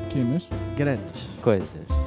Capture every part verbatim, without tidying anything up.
Pequenas. Grandes. Coisas.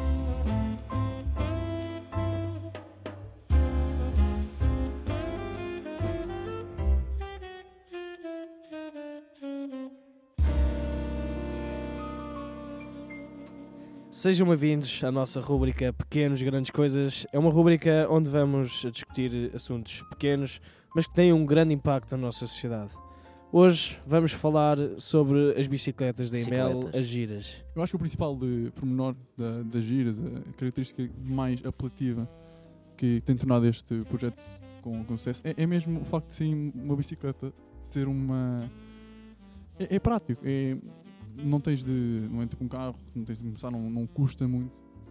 Sejam bem-vindos à nossa rúbrica Pequenos, Grandes Coisas. É uma rúbrica onde vamos discutir assuntos pequenos, mas que têm um grande impacto na nossa sociedade. Hoje vamos falar sobre as bicicletas da Imel, Bicicletas. as giras. Eu acho que o principal de pormenor da, das giras, a característica mais apelativa que tem tornado este projeto com, com sucesso, é, é mesmo o facto de ser uma bicicleta, de ser uma... É, é prático, é... Não tens de... Não é tipo um carro, não tens de começar, não, não custa muito.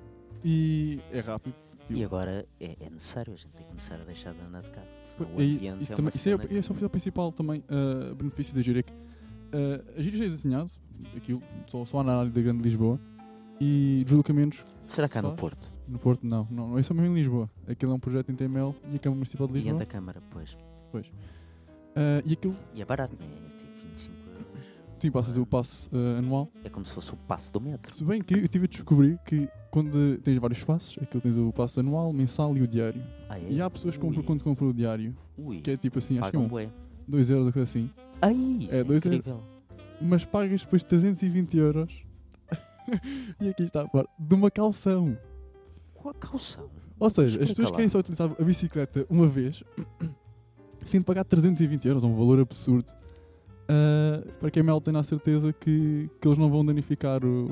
E é rápido. Tipo, E agora é, é necessário, a gente tem que começar a deixar de andar de carro. senão o é, ambiente isso é também, uma isso é, cena esse é o principal também uh, benefício da gira. É que, uh, a gira já é desenhado, aquilo, só, só há na área da Grande Lisboa. E deslocamentos... Será que há se no faz? Porto? No Porto não, não, não é só mesmo em Lisboa. Aquilo é um projeto em T M L e a Câmara Municipal de E Lisboa. entre a Câmara, pois. Uh, e aquilo, E é barato, não é? Tipo vinte e cinco euros. sim, passas o passe uh, anual. É como se fosse o passe do metro. Se bem que eu tive a descobrir que quando tens vários passos, aquilo tens o passe anual, mensal e o diário. Ah, é? E há pessoas que compram Ui. quando compram o diário, Ui. que é tipo assim, acho que é Pagam um bué. dois euros ou coisa assim. Ai, isso É é, dois euros. incrível. Mas pagas depois trezentos e vinte euros. E aqui está a par, de uma calção. Qual a calção? Ou seja, as Explica pessoas lá. querem só utilizar a bicicleta uma vez, têm de pagar trezentos e vinte euros, é um valor absurdo. Uh, para que a Mel tenha a certeza que, que eles não vão danificar o,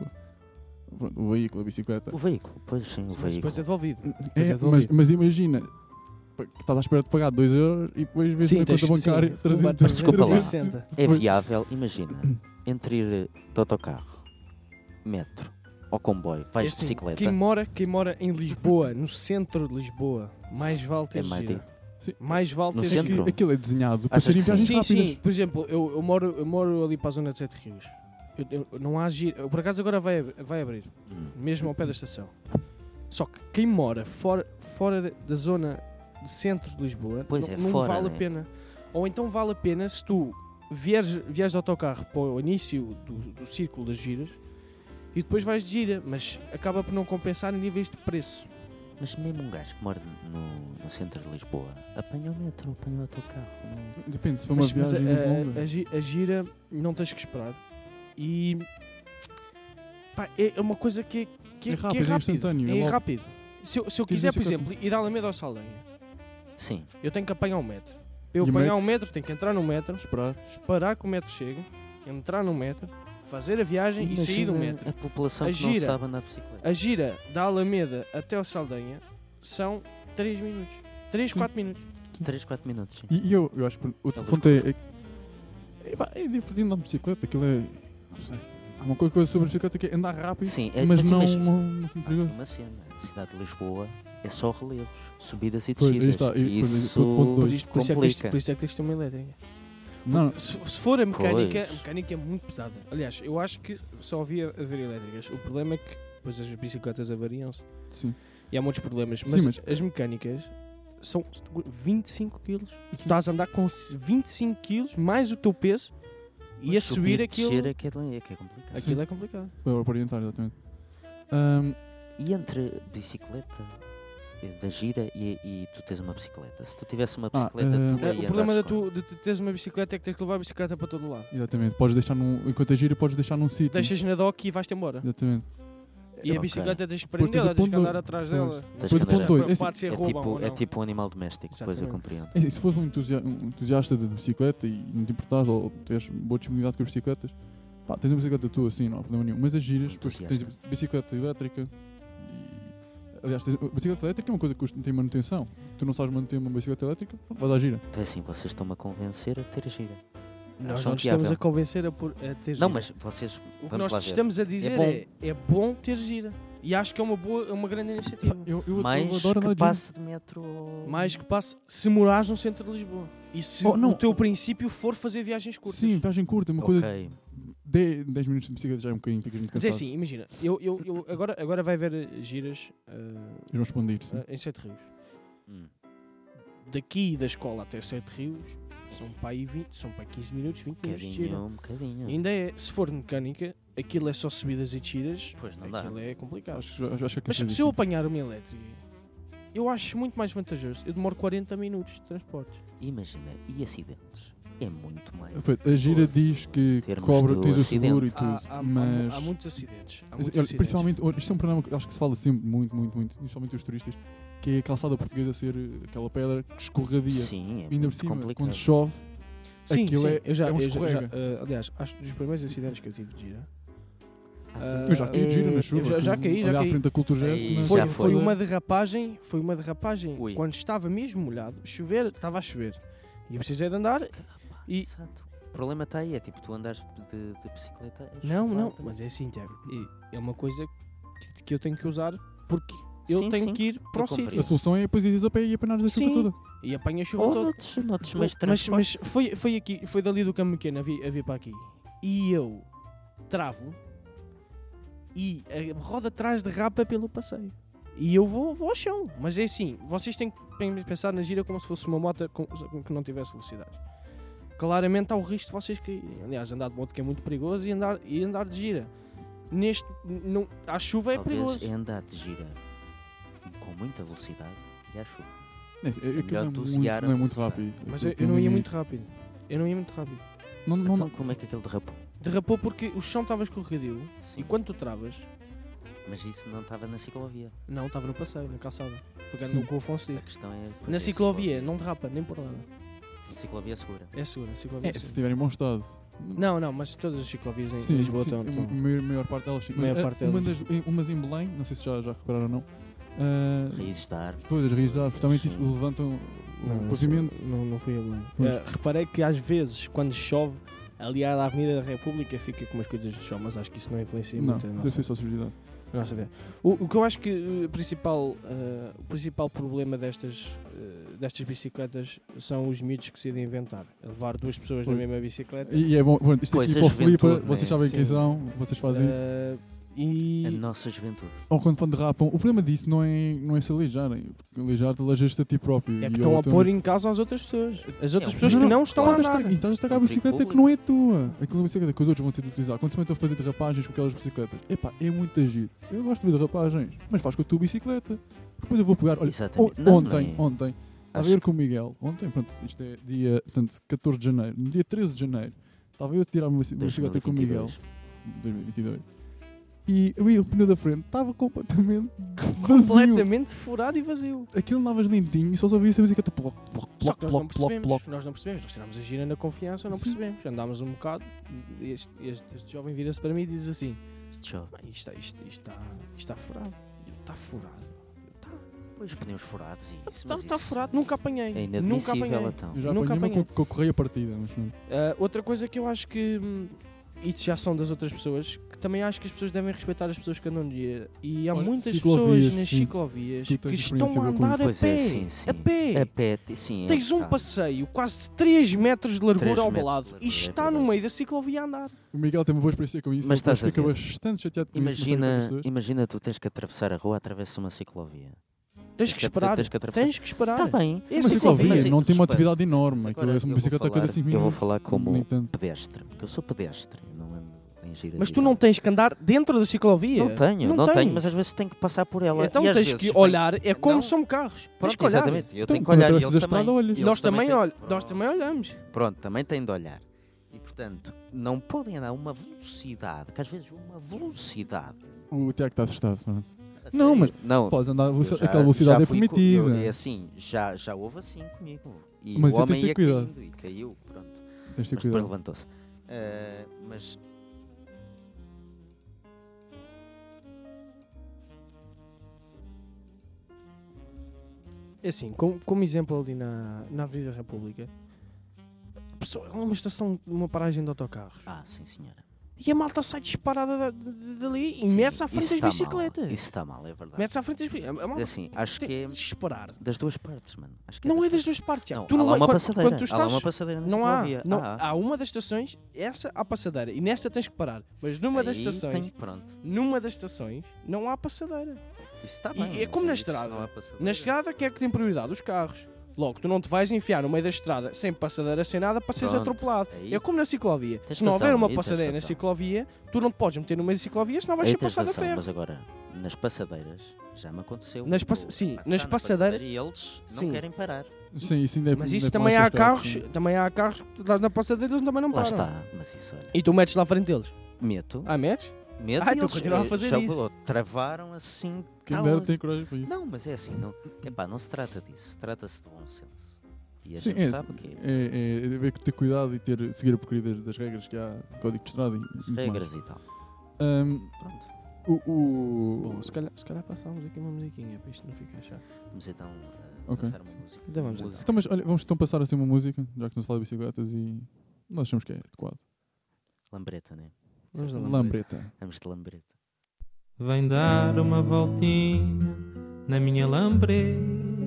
o veículo, a bicicleta. O veículo, pois sim, o Mas veículo. depois é devolvido. É, Depois é mas, devolvido. mas imagina que estás à espera de pagar dois euros e depois vês Sim, na tens- conta bancária sim, trezentos trezentos, Desculpa lá. trezentos. sessenta. É Pois. viável, imagina, entre ir de autocarro, metro ou comboio, vais É de assim, bicicleta, Quem mora, quem mora em Lisboa, no centro de Lisboa, mais vale ter é mais gira. de... Sim. Mais vale No ter É gira. centro? que aquilo é desenhado para Achas serem que sim? viagens Sim, rápidas. sim. Por exemplo, eu, eu, moro, eu moro ali para a zona de Sete Rios. Eu, eu- não há gira. Por acaso agora vai, vai abrir, Hum. mesmo ao pé da estação. Só que quem mora fora, fora da- da zona de centro de Lisboa Pois não, é, não fora, vale a né? pena. Ou então vale a pena se tu vieres, vieres de autocarro para o início do, do círculo das giras e depois vais de gira, mas acaba por não compensar em níveis de preço. Mas mesmo um gajo que mora no, no centro de Lisboa, apanha o metro, apanha o autocarro. Não... Depende, se for uma Mas, mas a, viagem muito a- longa. a gi- a gira não tens que esperar. E pá, é uma coisa que é, que É é, rápido, que é é rápido. instantâneo, é É logo. rápido. Se eu, se eu Tens quiser, por bicicleta. exemplo, ir da Alameda ao Saldanha, Sim, eu tenho que apanhar um metro. Para eu E o apanhar metro? um metro, tenho que entrar no metro, Esperar. esperar que o metro chegue, entrar no metro, fazer a viagem e sair do imagina metro. a população A que não gira. sabe andar de bicicleta. A gira da Alameda até ao Saldanha são três minutos. três, Sim. quatro minutos. três, quatro minutos, sim. E, e eu, eu acho que o outro Talvez ponto é, é, é, pá, é divertido andar de bicicleta, aquilo é, não sei, há uma coisa sobre a bicicleta que é andar rápido, Sim, é, mas, mas não, imagina- não, não assim Há perigoso. uma cena, a cidade de Lisboa é só relevos, subidas e Pois, aí descidas. está, e e depois, isso ponto dois. Por, isto, por, isso é que tens, complica. por isso é que tens de ter uma elétrica. Não, Se, se for a mecânica, Pois. a mecânica é muito pesada. Aliás, eu acho que só havia haver elétricas. O problema é que depois as bicicletas avariam-se sim, e há muitos problemas. Sim, Mas, mas- as mecânicas são vinte e cinco quilos. Tu sim. estás a andar com vinte e cinco quilos mais o teu peso e a subir aquilo. descer é que é, é que é complicado. Aquilo é complicado. para, para orientar, exatamente. Ahm, E entre bicicleta eh, da gira e, e tu tens uma bicicleta, se tu tivesse uma Ah, bicicleta eh, tua É, e o problema de andasses com- tu, de tu teres uma bicicleta é que tens que levar a bicicleta para todo lado. exatamente, podes deixar num, enquanto a gira, podes deixar num sítio. Deixas na dock e vais-te embora. Exatamente. E a Ok. bicicleta tens que Depois tens prendê-la, o tens que ponto andar dois. atrás Pois. dela. Tens Não que estás andar- dois. preocupado se é, roubam tipo, ou é não. tipo um animal doméstico, depois eu Exatamente. compreendo. É assim, se fores um, entusia- um entusiasta de bicicleta e não te importares ou tens boa disponibilidade com as bicicletas, pá, tens uma bicicleta tua assim, não há problema nenhum. Mas as giras, depois tens Entusiasta. bicicleta elétrica e... Aliás, tens... a bicicleta elétrica é uma coisa que custa- tem manutenção. Tu não sabes manter uma bicicleta elétrica, pronto, vai dar gira. Então é assim, vocês estão-me a convencer a ter gira. Nós Acham não te estamos viável? a convencer a, por, a ter gira. Não, mas vocês, O que vamos nós lá te ver. estamos a dizer bom. é, é bom ter gira. E acho que é uma, boa, é uma grande iniciativa. Pá, eu, eu, eu mais adoro andar que de passe de metro ou- Mais que passe se morares no centro de Lisboa. E se Oh, não. o teu princípio for fazer viagens giro. curtas. Sim, viagem curta, uma coisa Ok. de dez minutos de bicicleta já é um bocadinho, ficas muito Mas cansado. é assim, imagina, eu, eu, eu agora, agora vai haver giras uh, Eles vão expandir, sim. uh, em Sete Rios. Hum. Daqui da escola até Sete Rios São para aí vinte, são para aí quinze minutos, vinte minutos de gira. Um bocadinho. Ainda é, se for mecânica, aquilo é só subidas e descidas, Pois não dá. aquilo é complicado. Acho, acho, acho que é Mas se eu cansadíssimo. apanhar uma elétrica, eu acho muito mais vantajoso. Eu demoro quarenta minutos de transporte. Imagina, e acidentes? É muito mais. A gira diz que Termos cobra, do tens o acidente. seguro e Há, tudo, há- há- mas... há muitos acidentes. Há Mas, muitos olha, acidentes. principalmente, olha, isto é um problema que acho que se fala sempre muito, muito, muito, principalmente os turistas, que é a calçada portuguesa ser eh, aquela pedra escorregadia. Sim, é Ainda por muito cima, complicado. quando chove, Sim, aquilo sim, é- eu já, é um eu já- já, escorrega. eh, aliás, acho que dos primeiros acidentes que eu tive de gira. Ah, eu já caí de gira eh, na chuva. eu já- já tu- caí, já ali à caí. frente da Cultura Gesso, Aí na- Foi, já foi foi. uma derrapagem, foi uma derrapagem Ui. quando estava mesmo molhado, chover, estava a chover. E eu precisei de andar. E- Exato. O problema está aí, é tipo, tu andas de, de bicicleta. a Não, chuvar não, também. mas é assim, Tiago. e É uma coisa que- que eu tenho que usar porque eu Sim, tenho sim, que ir para o compreendo. sítio. A solução é depois ires a pé e apenares a chuva Sim. toda. E apanho a chuva Ou toda. noutros, noutros meios de Mas, transporte. mas foi, foi aqui, foi dali do Campo Pequeno a vir, a vir para aqui. E eu travo e a roda atrás derrapa pelo passeio. E eu vou, vou ao chão. Mas é assim, vocês têm que pensar na gira como se fosse uma moto com- que não tivesse velocidade. Claramente há o risco de vocês caírem. Aliás, andar de moto que é muito perigoso e andar, e andar de gira. Neste, não, à chuva é Talvez perigoso. é andar de gira com muita velocidade e à chuva. É, é, aquilo Melhor não é muito, dosear a não é muito velocidade. rápido. Mas Aquilo eu, tem eu não ia limite. muito rápido. Eu não ia muito rápido. Não, não, Então não. como é que aquele derrapou? Derrapou porque o chão estava escorregadio. Sim. E quando tu travas, Mas isso não estava na ciclovia. não, estava no passeio, na calçada. Pegando Sim. no que o Afonso A disse. questão é... pois Na é, ciclovia, não derrapa, nem por nada. A ciclovia é segura. É segura, a ciclovia É, é se segura. estiver em bom estado. Não, não, mas todas as ciclovias em Sim, Lisboa sim, estão. a estão- maior, maior parte delas sim. Maior Mas, parte ah, uma delas. das, em- umas em Belém, não sei se já, já repararam ou não. ah, Raízes da árvore. Pois, as raízes da árvore, justamente isso Sim. levantam Não, o não pavimento. sei, Não, não fui a Belém. Pois. Eh, reparei que às vezes, quando chove, ali à Avenida da República fica com umas coisas de chão, mas acho que isso não influencia Não, muito a deve nossa, ser só sujidade. a nossa vida. O, o que eu acho que eh, o principal, eh, o principal problema destas, eh, destas bicicletas são os miúdos que se de inventar. Levar duas pessoas Pois. na mesma bicicleta. E é bom, bom isto Pois, aqui a para o Filipe, juventude, vocês né? sabem quem Sim. são, vocês fazem isso. Eh, e A nossa juventude. Ou quando quando derrapam, o problema disso não é, não é se alijarem, porque alijar-te alejas-te a ti próprio. é E que estão a outra- pôr em causa as outras pessoas. As outras um- pessoas Não, que não, não estão a Estás a andar. estragar- estás a estragar a É um perigo bicicleta que não é tua. Aquela bicicleta que os outros vão ter de utilizar. Quando se metem a fazer derrapagens com aquelas bicicletas, epá, é muito agir. Eu gosto de ver derrapagens, mas faz com a tua bicicleta. Depois eu vou pegar, olha, Exatamente. on- Não, ontem, não é. ontem, estava a Acho ver com o Miguel, ontem, pronto, isto é dia portanto, catorze de janeiro, no dia treze de janeiro, estava eu a tirar uma bici- uma bicicleta com o Miguel, dois mil e vinte e dois, e eu ia o pneu da frente, estava completamente vazio. Completamente furado e vazio. Aquilo andavas lentinho e só ouvia essa bicicleta ploc, ploc, Só ploc, que nós não ploc, ploc, percebemos, ploc. nós não percebemos, nós tiramos a gira na confiança, não Sim. percebemos. Andámos um bocado e este, este, este jovem vira-se para mim e diz assim: Jovem. "Bem, isto, está- isto, isto, está, isto está furado. Eu, Está furado. Está, Pois pneus furados e isso. está, mas está isso furado, nunca apanhei. É nunca inadmissível apanhei. então. Eu já Nunca apanhei uma apanhei. com, com a correia partida, mas pronto. Ah, outra coisa que eu acho que hum, isso já são das outras pessoas, que também acho que as pessoas devem respeitar as pessoas que andam de gira. E há Olha, muitas ciclovias, pessoas nas sim. ciclovias Tu que tens estão experiência a boa com andar a Pois pé. é, sim, sim. A pé. A pé, sim. é Tens um verdade. passeio quase de três metros de largura três ao metros de lado largura, e é está no verdade. meio da ciclovia a andar. O Miguel tem uma boa experiência com isso, Mas ele depois estás a fica ver. bastante chateado com isso. mas sabe Imagina, outras pessoas. imagina tu tens que atravessar a rua através de uma ciclovia. Tens que esperar. Tens que atravessar. Tens que esperar. Está bem. É Uma assim, ciclovia mas, não tem uma respeito. atividade enorme, Mas aquilo agora é uma eu vou bicicleta a cada falar- cinco Eu vou minutos. falar como Nem tanto. pedestre, porque eu sou pedestre, não ando em gira. Mas tu não tens que andar dentro da ciclovia. Não tenho, não, tens. tenho, mas às vezes tenho que passar por ela. Então e às tens vezes que tenho- olhar, é como Não. são carros. Tens Pronto, que olhar. exatamente. Eu Então, tenho que quando olhar e atravessas eles a estrada, também. olhas. eles Nós também, têm- olh- nós Pronto. também olhamos. Pronto, também têm de olhar. E portanto, não podem andar a uma velocidade, que às vezes uma velocidade. O Tiago está assustado. Pronto. A Não, sério, mas não, Podes andar, a eu veloci- já- aquela velocidade já é fui co- permitida. eu- É assim, já, já houve assim comigo. E Mas o aí tens homem de ter ia cuidado. caindo e caiu, pronto. Tens de ter Mas depois cuidado. levantou-se. Ah, mas É assim, como, como exemplo ali na, na Avenida República, pessoa, é uma estação, uma paragem de autocarros. Ah, sim senhora. E a malta sai disparada da- de- dali e Sim, mete-se à frente isso das está mal, bicicletas. Isso está mal, é verdade. Mete-se à frente das bicicletas. A malta É assim, acho tem que é de disparar. das duas partes, mano. Acho que Não é das duas duas partes, Tiago. Não, Tu há não lá é- uma quando- passadeira. quando tu Há lá estás- uma passadeira na Não há, ciclovia. não, Ah, há uma das estações, essa há passadeira, e nessa tens que parar. Mas numa das aí estações, tem- pronto. numa das estações, não há passadeira. Isso está E bem. é mas como na isso estrada. não há passadeira. Na estrada, quem é que tem prioridade? Os carros. Logo, tu não te vais enfiar no meio da estrada sem passadeira, sem nada, para seres Pronto, atropelado. aí É como na ciclovia. tens Se não razão, houver uma aí tens passadeira na razão. ciclovia, tu não te podes meter no meio da ciclovia, senão vais Aí ser tens passado a razão, ferro. mas agora, nas passadeiras, já me aconteceu. Nas eu pass- sim, passar nas na passadeiras- passadeira E eles Sim. não querem parar. Sim, isso ainda é Mas ainda isso é também para há os carros, carros, também há carros que tu estás na passadeira, eles também não Lá param. está, mas isso olha. E tu metes lá à frente deles. Meto, Ah, metes? meto Ah, e tu eles continua a eh, fazer já isso. travaram assim. Quem tal. dera tem coragem para isso. Não, mas é assim, não, epá, não se trata disso, trata-se de bom senso. E a Sim, gente é, sabe que é, é, é ver que ter cuidado e ter, seguir a porcaria das, das regras que há, código de estrada e muito mais. regras e tal. Ahm, Pronto, o, o, Bom, se calhar, se calhar passávamos aqui uma musiquinha para isto não ficar chato. vamos então uh, Ok. passar uma música. Então vamos música. Então, mas olha, vamos então passar assim uma música, já que não se fala de bicicletas e nós achamos que é adequado. Lambreta, né? Vamos lá. Lambreta. Vamos de lambreta. Vem dar uma voltinha na minha lambreta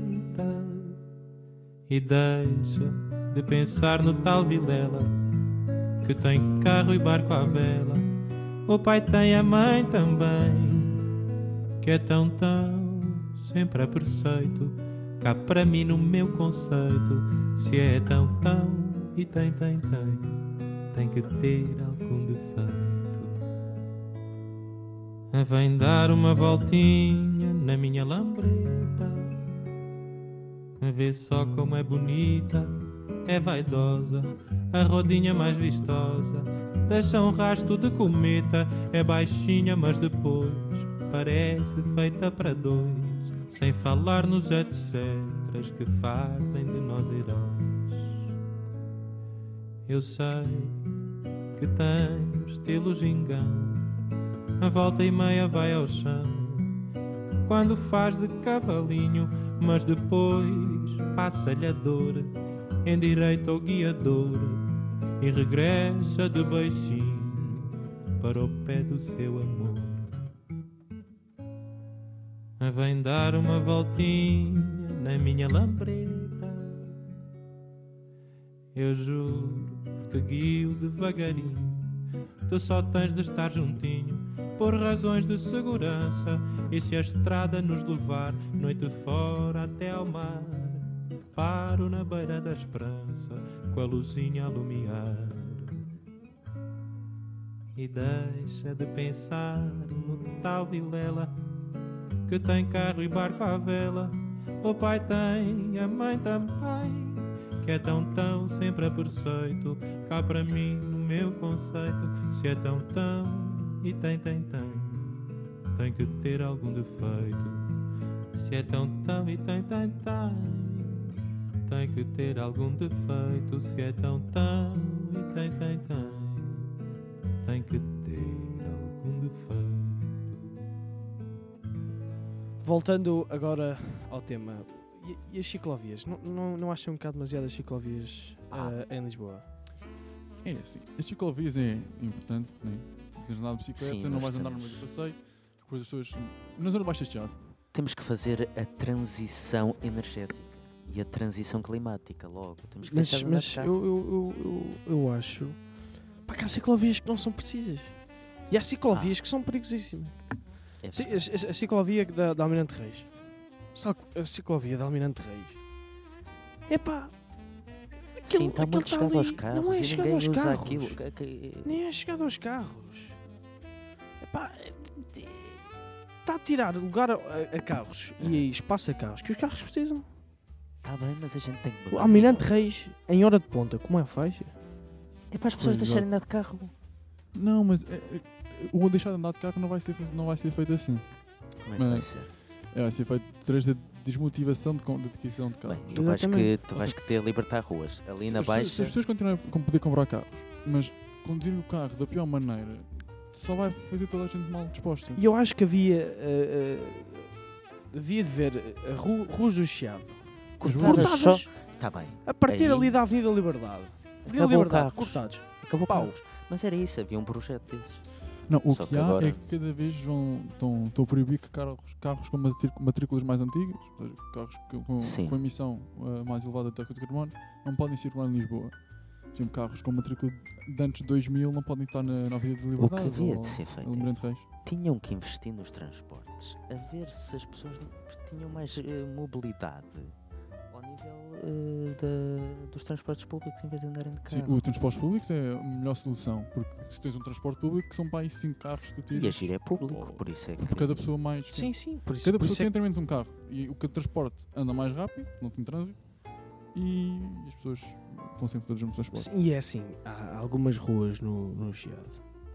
e deixa de pensar no tal Vilela que tem carro e barco à vela. O pai tem, a mãe também, que é tão tão sempre a preceito. Cá para mim no meu conceito, se é tão tão e tem tem tem, tem que ter algum defeito. Vem dar uma voltinha na minha lambreta, vê só como é bonita, é vaidosa, a rodinha mais vistosa, deixa um rasto de cometa, é baixinha mas depois parece feita para dois, sem falar nos etcéteras que fazem de nós heróis. Eu sei que tem estilo gingão, a volta e meia vai ao chão quando faz de cavalinho, mas depois passa-lhe a dor, endireita o guiador e regressa de beicinho para o pé do seu amor. Vem dar uma voltinha na minha lambreta, eu juro que guio devagarinho, tu só tens de estar juntinho por razões de segurança, e se a estrada nos levar noite fora até ao mar, paro na beira da esperança com a luzinha a lumiar. E deixa de pensar no tal Vilela que tem carro e barco à vela. O pai tem, a mãe também, que é tão tão sempre a preceito. Cá para mim no meu conceito, se é tão tão e tem tem tem, tem que ter algum defeito. Se é tão tão e tem tem tem, tem que ter algum defeito. Se é tão tão e tem tem tem, tem que ter algum defeito. Voltando agora ao tema, e, e as ciclovias? Não, não, não acham que há demasiadas ciclovias Ah. uh, em Lisboa? É assim, as ciclovias é importante, né? Tens de andar de bicicleta, Sim, não nós vais andar no temos- meio do passeio, depois as pessoas. Na zona baixa de Chiado. Temos que fazer a transição energética e a transição climática logo. Temos que Mas, deixar de andar mas de eu, carro. eu, eu, eu, eu acho pá, que há ciclovias que não são precisas. E há ciclovias que são perigosíssimas. É Ci- verdade. A, a- a ciclovia da, da Almirante Reis. Só que a ciclovia da Almirante Reis. Epá, Sim, está aquilo muito tá chegado ali. aos carros Não é e chegado ninguém aos usa carros. aquilo. Que- que- nem é chegado aos carros. Epá, está a tirar lugar a, a- a carros e espaço a carros que os carros precisam. Tá bem, mas a gente tem que O mudar. Almirante Reis, em hora de ponta, como é a faixa? É para as pessoas Pois, deixarem exato. andar de carro. Não, mas é, é, o deixar de andar de carro não vai ser, fe- não vai ser feito assim. Como é que vai Mas- ser? É, vai ser feito através da desmotivação de, com- de adquisição de carros. Bem, tu vais, que, Exatamente. tu vais que ter libertar ruas. Ali Se na as pessoas- baixa. Se as pessoas continuarem a poder comprar carros, mas conduzir o carro da pior maneira, só vai fazer toda a gente mal disposta. E eu acho que havia. eh, eh, havia de ver a ru, ruas do Chiado Cortadas ruas- só. Tá bem. a partir Aí- ali da Avenida Liberdade. Avenida Acabou Liberdade, carros. cortados. Acabou Pau. carros. Mas era isso, havia um projeto desses. Não, o Só que, que há agora- é que cada vez vão, estão, estão a proibir que carros, carros com matrí- matrículas mais antigas, ou seja, carros com, com, Sim. com emissão uh, mais elevada de dióxido de carbono, não podem circular em Lisboa. Por exemplo, carros com matrícula de antes de dois mil não podem estar na, na Avenida de O que Liberdade havia ou de ser feito? Almirante Reis. Tinham que investir nos transportes, a ver se as pessoas tinham mais eh, mobilidade ao nível eh, da- dos transportes públicos em vez de andarem de Sim, carro. o transporte público é a melhor solução, porque se tens um transporte público são para aí cinco carros que tu tiras. E agir é público, Oh, por isso é que... Por cada pessoa mais. Sim, sim. Por isso, Cada por pessoa isso é tem, tem menos um carro. E o que o transporte anda mais rápido, não tem trânsito. E as pessoas estão sempre todas no transporte. Sim, e é assim, há algumas ruas no, no Chiado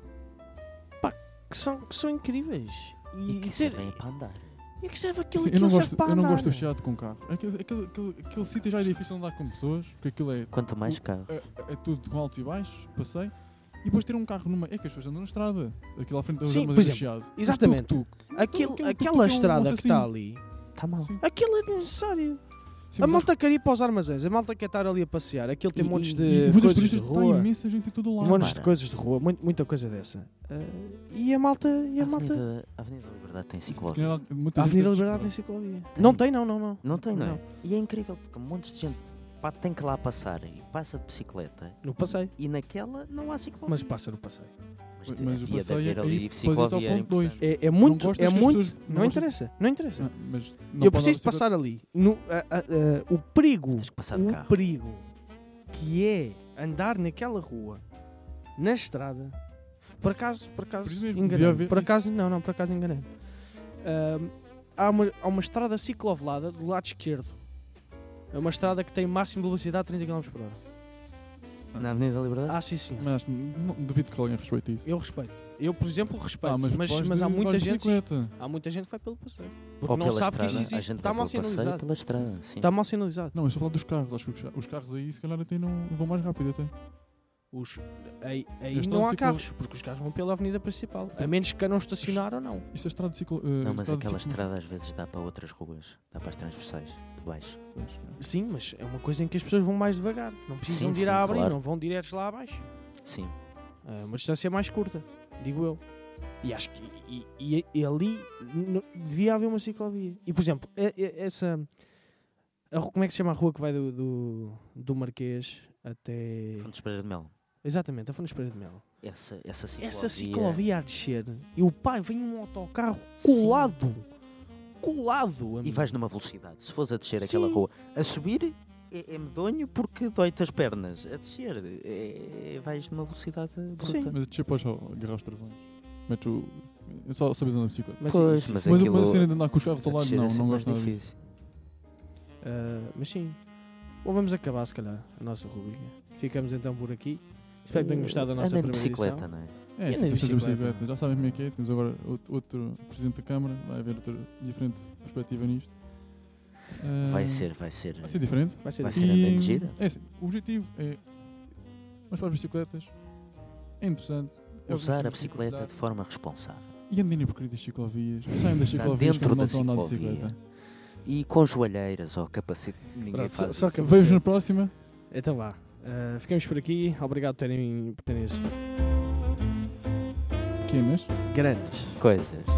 pá, que são, que são incríveis. E, E que ser- servem para andar. e que serve aquilo, Sim, eu aquilo não serve gosto, para eu não andar. gosto do Chiado com carro. Aquele, aquele, aquele, aquele sítio já é difícil andar com pessoas, porque aquilo é, Quanto mais O- carro. é, é tudo com altos e baixos, passei. E depois ter um carro numa. É que as pessoas andam na estrada. Aquilo à frente das Sim, armas por do exemplo, Chiado. Os exatamente. tuk-tuk. Aquilo, Aquele aquela tuk-tuk é um estrada que está assassino. ali, Está mal. Sim. aquilo é desnecessário. Sim, A mas malta quer ir para os armazéns, a malta quer estar ali a passear, aquilo tem e- montes e- de e muitos coisas de turistas têm rua, imensa gente em todo o lado. montes de Para. coisas de rua, muito- muita coisa dessa. Ah, e a malta, e a, A malta... Avenida, a Avenida da Liberdade tem Se ciclovia. calhar muita A gente Avenida é Liberdade tem desesperada. ciclovia. Tem. Não tem, não, não, não. Não tem, não, Não. é? E é incrível, porque montes de gente pá, tem que lá passar e passa de bicicleta No passeio. e naquela não há ciclovia. Mas passa no passeio. Mas, Mas de- o havia de passeio haver é ali ir- depois ciclovia. esse ao era ponto dois. importante. É, é muito, gostas é que as muito. pessoas- Não, não gostas- interessa, não interessa. Ah, mas eu não pode preciso andar passar ali. No, a- a- a- o perigo, Tens que passar de o carro. perigo que é andar naquela rua, na estrada. Por acaso, por acaso, Por isso mesmo, devia enganei. haver Por isso. acaso, não, não, por acaso enganei. Ahm, há, uma, há uma estrada ciclovelada do lado esquerdo. É uma estrada que tem máximo de velocidade de trinta quilómetros por hora. Na Avenida da Liberdade? Ah, sim, sim. Mas não, duvido que alguém respeite isso. Eu respeito. Eu, por exemplo, respeito. Ah, mas mas, vais há de- muita vais de gente. sim. bicicleta. Há muita gente que vai pelo passeio. Porque Ou não pela sabe estrada. que isso A existe. gente Está vai mal pelo passeio sinalizado. pela estrada. Sim. Está mal sinalizado. Não, eu estou a falar dos carros. Acho que os, os carros aí, se calhar, até não vão mais rápido. Até. Os, aí aí Este não lado há ciclo- carros, porque os carros vão pela avenida principal. A menos que queiram estacionar ou não. Isso é estrada de ciclo. eh, Não, mas estrada de aquela ciclo- estrada às vezes dá para outras ruas. Dá para as transversais de baixo. Pois, Sim, mas é uma coisa em que as pessoas vão mais devagar. Não precisam Sim, de ir sim, a abrir, claro. não vão diretos lá abaixo. Sim. É uma distância mais curta, digo eu. E acho que e, e- e ali n- devia haver uma ciclovia. E, por exemplo, e- e- essa... a ru- como é que se chama a rua que vai do, do, do Marquês até... Fontes Pereira de Melo. Exatamente, a Fontes Pereira de Melo. Essa, essa ciclovia. Essa ciclovia a descer e o pai vem um autocarro Sim. colado. Colado. E amigo. vais numa velocidade. Se fores a descer Sim. aquela rua, a subir é, é medonho porque dói-te as pernas. A descer, é, é- vais numa velocidade bruta. Sim. Mas tipo, podes só agarrar os travões. Metes o. é Só sabes andar de bicicleta. Mas, Pois, sim, mas sim. Mas, aquilo- mas a cena de andar com os carros a ao lado, descer é não, sempre não mais gosto nada disso. difícil. Ah, mas sim. Ou vamos acabar, se calhar, a nossa rubrica. Ficamos então por aqui. Espero que tenham gostado da nossa Andem de primeira bicicleta, edição. não é? É, E sim, nem temos de bicicleta. bicicleta. Já sabem como é que é. Temos agora outro, outro Presidente da Câmara. Vai haver outra diferente perspectiva nisto. Ah, Vai ser, vai ser. Vai ser diferente. Vai ser Vai difícil. ser andando de gira. É assim, o objetivo é. Vamos para as bicicletas. É interessante. É o que Usar a temos que bicicleta utilizar. de forma responsável. E andem por aí das ciclovias. Saiam das Andar ciclovias dentro quando não da estão a andar de ciclovia. bicicleta. E com joalheiras ou capacete. Ninguém Pronto, faz só- só isso. que- Vemos Você- na próxima. Então vá. Ah, ficamos por aqui. Obrigado por terem, por terem assistido. Pequenas. Grandes. Coisas.